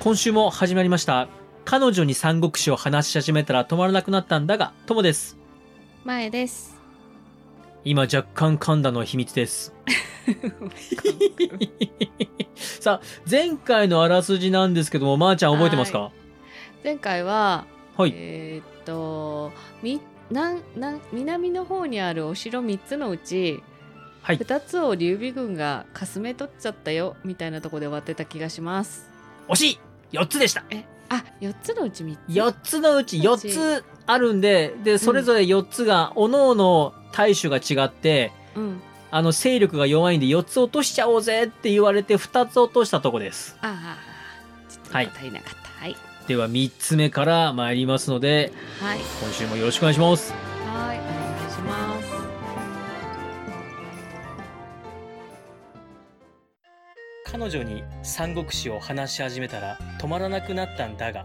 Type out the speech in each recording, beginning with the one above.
今週も始まりました。彼女に三国志を話し始めたら止まらなくなったんだが、ともです。 前です。 今若干噛んだのは秘密です。さあ、前回のあらすじなんですけども、まーちゃん覚えてますか？ 前回は、 はい。 南の方にあるお城3つのうち、 はい。 2つを劉備軍がかすめ取っちゃったよみたいなところで終わってた気がします。 惜しい !4 つでした。 4つのうち3つ。 4つのうち4つあるんで、それぞれ4つが、各々対手が違って、勢力が弱いんで4つ落としちゃおうぜって言われて2つ落としたとこです。 ちょっと足りなかった。はい。 では3つ目から参りますので、 はい。 今週もよろしくお願いします。 はい、お願いします。 彼女に三国志を話し始めたら止まらなくなったんだが。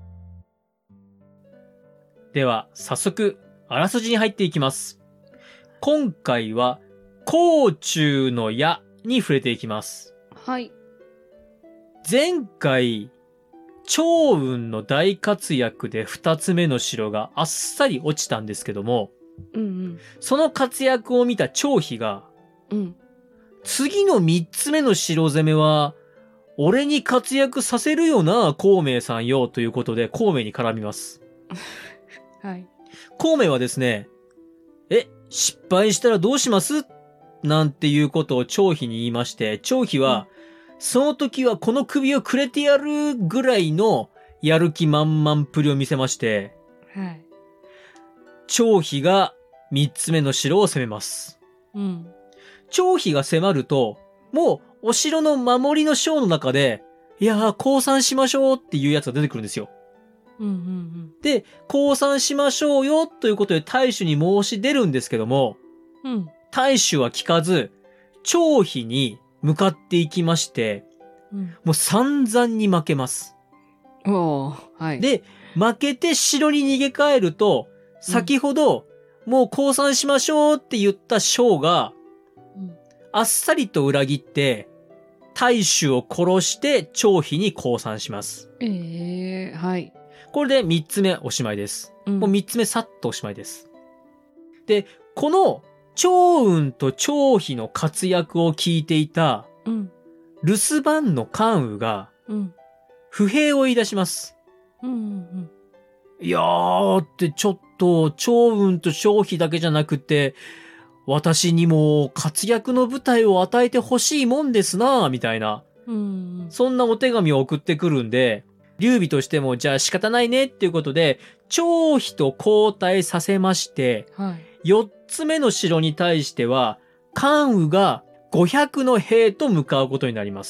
では早速あらすじに入っていきます。今回は甲冑の矢に触れていきます。 はい。 前回趙雲の大活躍で2つ目の城があっさり落ちたんですけども、その活躍を見た張飛が、次の3つ目の城攻めは俺に活躍させるよな、孔明さんよということで孔明に絡みます。 はい。 孔明はですね、失敗したらどうしますなんていうことを張飛に言いまして、張飛は、その時はこの首をくれてやるぐらいのやる気満々っぷりを見せまして、 はい。 張飛が3つ目の城を攻めます。張飛が迫ると、もうお城の守りの将の中で、いやー、降参しましょうっていうやつが出てくるんですよ。で、降参しましょうよということで大主に申し出るんですけども、大主は聞かず、張飛に向かっていきまして、もう散々に負けます。 はい。 で、負けて城に逃げ帰ると、先ほど、もう降参しましょうって言った将が、あっさりと裏切って、大主を殺して張飛に降参します。 はい。 これで3つ目おしまいです。もう3つ目さっとおしまいです。で、この趙雲と張飛の活躍を聞いていた、留守番の関羽が、不平を言い出します。いやーってちょっと趙雲と張飛だけじゃなくて、私にも活躍の舞台を与えてほしいもんですなぁ、みたいな。そんなお手紙を送ってくるんで、劉備としてもじゃあ仕方ないねっていうことで、張飛と交代させまして、4つ目の城に対しては、関羽が500の兵と向かうことになります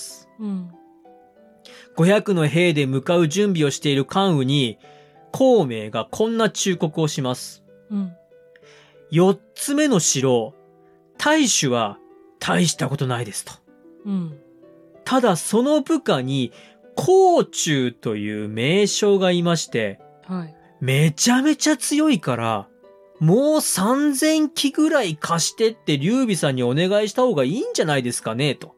。500の兵で向かう準備をしている関羽に、孔明がこんな忠告をします。4つ目の城、大主は大したことないですと。ただその部下に、甲冑という名将がいまして、めちゃめちゃ強いから、もう3000騎ぐらい貸してって劉備さんにお願いした方がいいんじゃないですかね、と。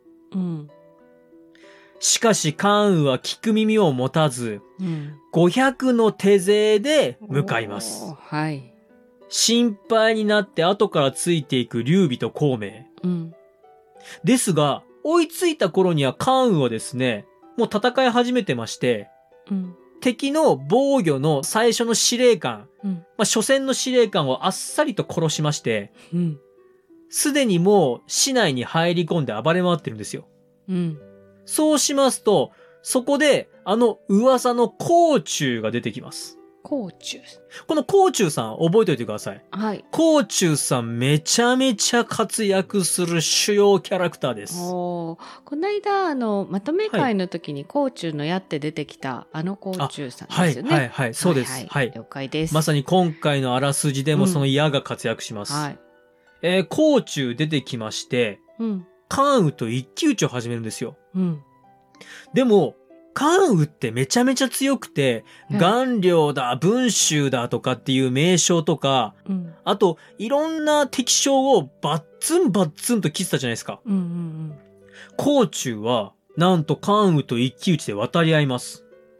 しかし関羽は聞く耳を持たず、500の手勢で向かいます。心配になって後からついていく劉備と孔明。ですが、追いついた頃には関羽はですね、もう戦い始めてまして、敵の防御の最初の司令官、初戦の司令官をあっさりと殺しまして、すでにもう市内に入り込んで暴れ回ってるんですよ。そうしますと、そこで噂の甲冑が出てきます。 甲冑。 この甲冑さん覚えておいてください。甲冑さんめちゃめちゃ活躍する主要キャラクターです。 この間まとめ会の時に甲冑の矢って出てきた甲冑さんですよね。 そうです。 了解です。 まさに今回のあらすじでもその矢が活躍します。甲冑出てきまして、関羽と一騎打ちを始めるんですよ。でも関羽ってめちゃめちゃ強くて、顔料だ、文集だとかっていう名称とか、あと、いろんな敵将をバッツンバッツンと切ってたじゃないですか。甲冑は、なんと関羽と一騎打ちで渡り合います。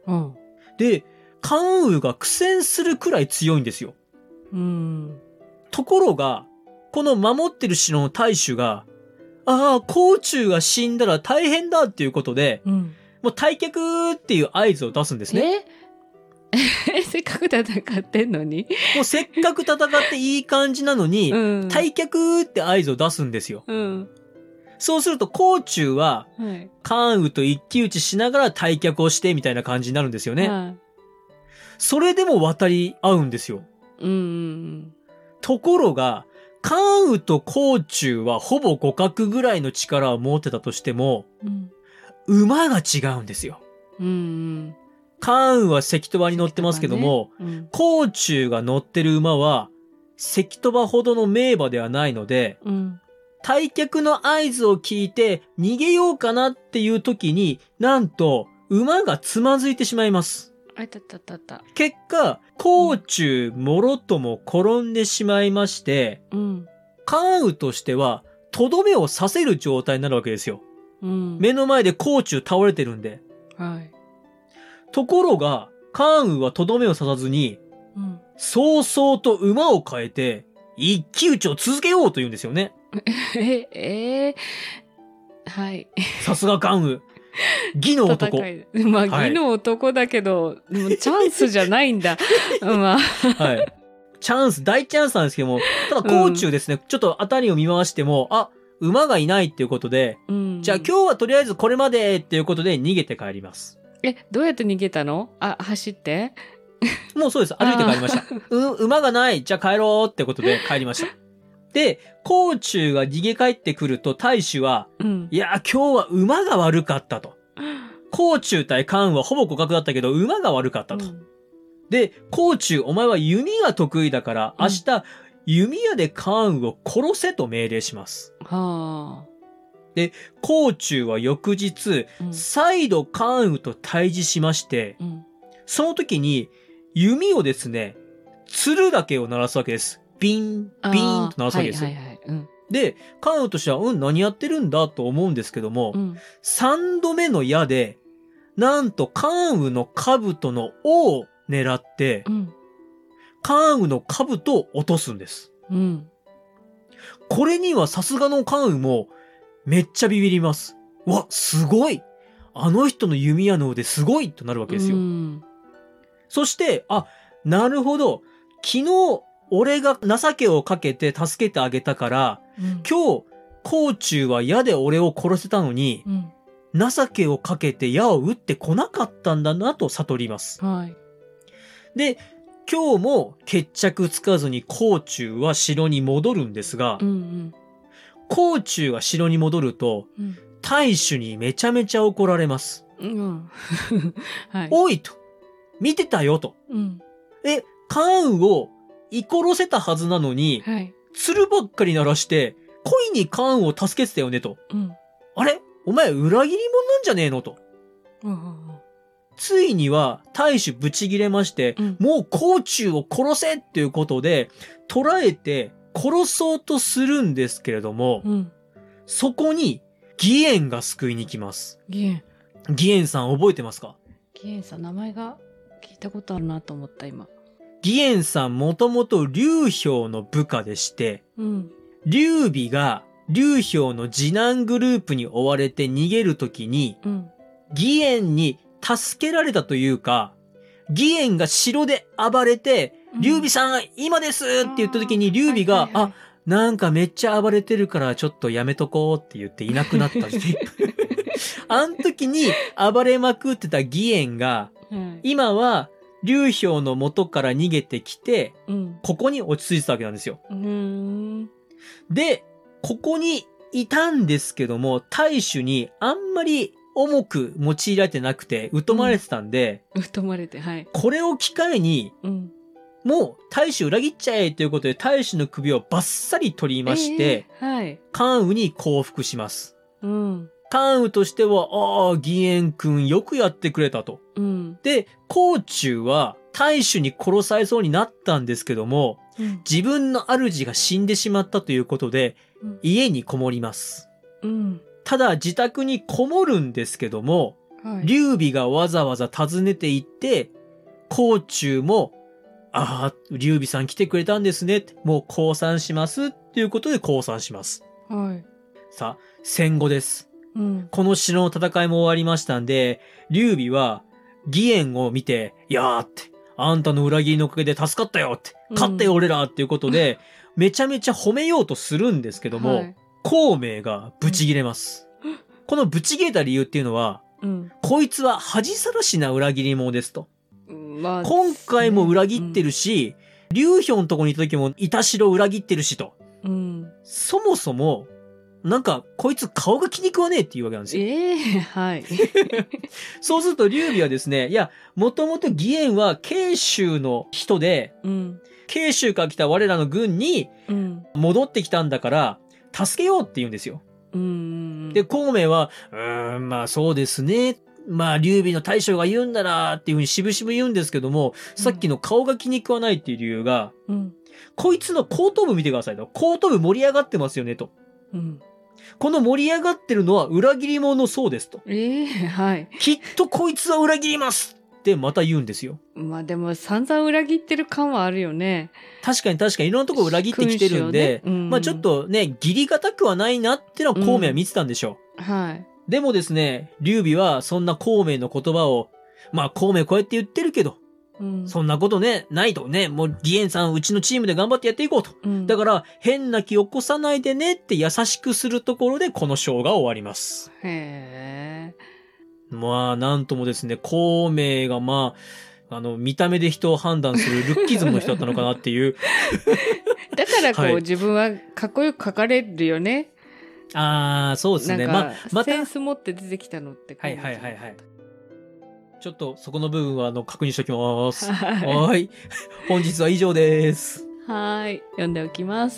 うん。 で、関羽が苦戦するくらい強いんですよ。ところが、この守ってる城の大主が、甲冑が死んだら大変だっていうことで、もう退却っていう合図を出すんですね。 せっかく戦ってんのにもうせっかく戦っていい感じなのに、退却って合図を出すんですよ。そうすると甲冑は、関羽と一騎打ちしながら退却をしてみたいな感じになるんですよね。それでも渡り合うんですよ。ところが、関羽と甲冑はほぼ互角ぐらいの力を持ってたとしても、馬が違うんですよ。関羽は関戸馬に乗ってますけども、甲冑が乗ってる馬は関戸馬ほどの名馬ではないので、退却の合図を聞いて逃げようかなっていう時に、なんと馬がつまずいてしまいます。結果、甲冑もろとも転んでしまいまして、関羽としてはとどめを刺せる状態になるわけですよ。目の前で甲冑倒れてるんで。ところが、関羽はとどめを刺さずに、早々と馬を変えて、一騎打ちを続けようと言うんですよね。さすが関羽。義の男。 義の男だけど、でもチャンスじゃないんだ。 チャンス、大チャンスなんですけども、ただ甲冑ですね、ちょっと辺りを見回しても、馬がいないっていうことで、じゃあ今日はとりあえずこれまでっていうことで逃げて帰ります。 どうやって逃げたの？走って？ もうそうです。歩いて帰りました。馬がない。じゃあ帰ろうってことで帰りました。で、甲冑が逃げ帰ってくると大主は、いや、今日は馬が悪かったと。甲冑対関羽はほぼ互角だったけど、馬が悪かったと。で、甲冑、お前は弓が得意だから、明日、弓矢で関羽を殺せと命令します。で、甲冑は翌日、再度関羽と対峙しまして、その時に弓をですね、鶴だけを鳴らすわけです。ビン、ビンと鳴らすわけですよ。で、関羽としては、何やってるんだと思うんですけども、3度目の矢で、なんと関羽の兜の尾を狙って、関羽の兜を落とすんです。これにはさすがの関羽も、めっちゃビビります。うわ、すごい！あの人の弓矢の腕すごいとなるわけですよ。そして、なるほど。昨日、俺が情けをかけて助けてあげたから、今日、甲冑は矢で俺を殺せたのに、情けをかけて矢を撃ってこなかったんだなと悟ります。で、今日も決着つかずに甲冑は城に戻るんですが、甲冑が城に戻ると、大主にめちゃめちゃ怒られます。おいと、見てたよと。関羽を居殺せたはずなのに、鶴ばっかり鳴らして、恋に関羽を助けてたよねと。あれお前裏切り者なんじゃねえのと。ついには大主ブチギレまして、もう甲冑を殺せっていうことで、捕らえて殺そうとするんですけれども、そこに義援が救いに来ます。義援さん覚えてますか？ 義援さん、名前が聞いたことあるなと思った今。 義援さんもともと劉氷の部下でして、劉備が劉氷の次男グループに追われて逃げるときに、義援に助けられたというか、義援が城で暴れて、劉備さん今ですって言ったときに劉備が、なんかめっちゃ暴れてるからちょっとやめとこうって言っていなくなったんです。あの時に暴れまくってた義援が、今は劉氷の元から逃げてきて、ここに落ち着いてたわけなんですよ。で、ここにいたんですけども、大主にあんまり重く用いられてなくて、疎まれてたんで、これを機会に、もう大主裏切っちゃえということで大主の首をバッサリ取りまして、関羽に降伏します。関羽としては、義援くんよくやってくれたと。で、甲冑は大主に殺されそうになったんですけども、自分の主が死んでしまったということで、家にこもります。ただ自宅にこもるんですけども、 はい、 劉備がわざわざ訪ねて行って、甲冑も、ああ、劉備さん来てくれたんですね。もう降参します。っていうことで降参します。 はい。 さあ、戦後です。 うん、 この城の戦いも終わりましたんで、劉備は義援を見て、いやーって、あんたの裏切りのおかげで助かったよって、勝ったよ俺らっていうことで、めちゃめちゃ褒めようとするんですけども、はい、孔明がブチ切れます。このブチ切れた理由っていうのは、こいつは恥さらしな裏切り者ですと。まあ、今回も裏切ってるし、劉氷のとこにいた時も板城裏切ってるしと。そもそも、なんか、こいつ顔が気に食わねえっていうわけなんですよ。 はい。 そうすると、劉備はですね、いや、もともと義援は慶州の人で、慶州から来た我らの軍に戻ってきたんだから、助けようって言うんですよ。で、孔明は、まあそうですね。まあ、劉備の大将が言うんだなっていうふうに渋々言うんですけども、さっきの顔が気に食わないっていう理由が、こいつの後頭部見てくださいと。後頭部盛り上がってますよねと。この盛り上がってるのは裏切り者のそうですと。 はい。 きっとこいつは裏切りますってまた言うんですよ。 まあでも散々裏切ってる感はあるよね。 確かにいろんなとこ裏切ってきてるんで、ねまあちょっとね、義理堅くはないなってのは孔明は見てたんでしょう。 はい。 でもですね、劉備はそんな孔明の言葉を、まあ孔明こうやって言ってるけど、そんなことね、ないとね、もう義援さんうちのチームで頑張ってやっていこうと。だから変な気起こさないでねって優しくするところでこの章が終わります。 へー。まあなんともですね、孔明がまあ、見た目で人を判断するルッキズムの人だったのかなっていう。 だからこう、 はい、 自分はかっこよく書かれるよね。 ああ、そうですね。またセンス持って出てきたのって。 はい。ちょっとそこの部分は確認しておきます。はい。本日は以上です。 はい。読んでおきます。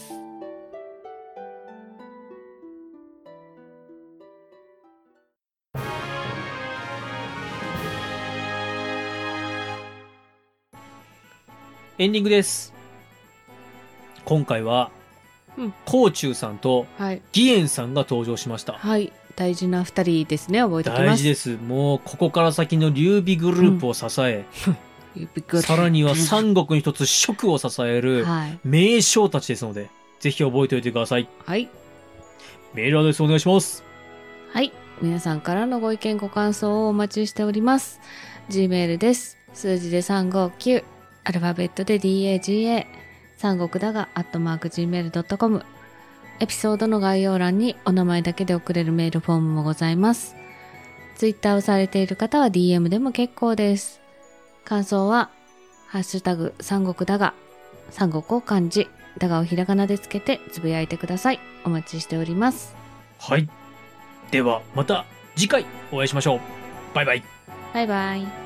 エンディングです。今回は、甲冑さんと義援さんが登場しました。 はい。大事な2人ですね。覚えておきます。 大事です。もうここから先の劉備グループを支え、さらには三国に一つ蜀を支える名将たちですので、ぜひ覚えておいてください。 はい。 メールアドレスお願いします。 はい。皆さんからのご意見ご感想をお待ちしております。Gmail です。数字で359、アルファベットで DAGA、三国だが@gmail.com。エピソードの概要欄にお名前だけで送れるメールフォームもございます。ツイッターをされている方は DM でも結構です。感想は、ハッシュタグ三国だが、三国を漢字、だがをひらがなでつけてつぶやいてください。お待ちしております。 はい。ではまた次回お会いしましょう。バイバイ。 バイバイ。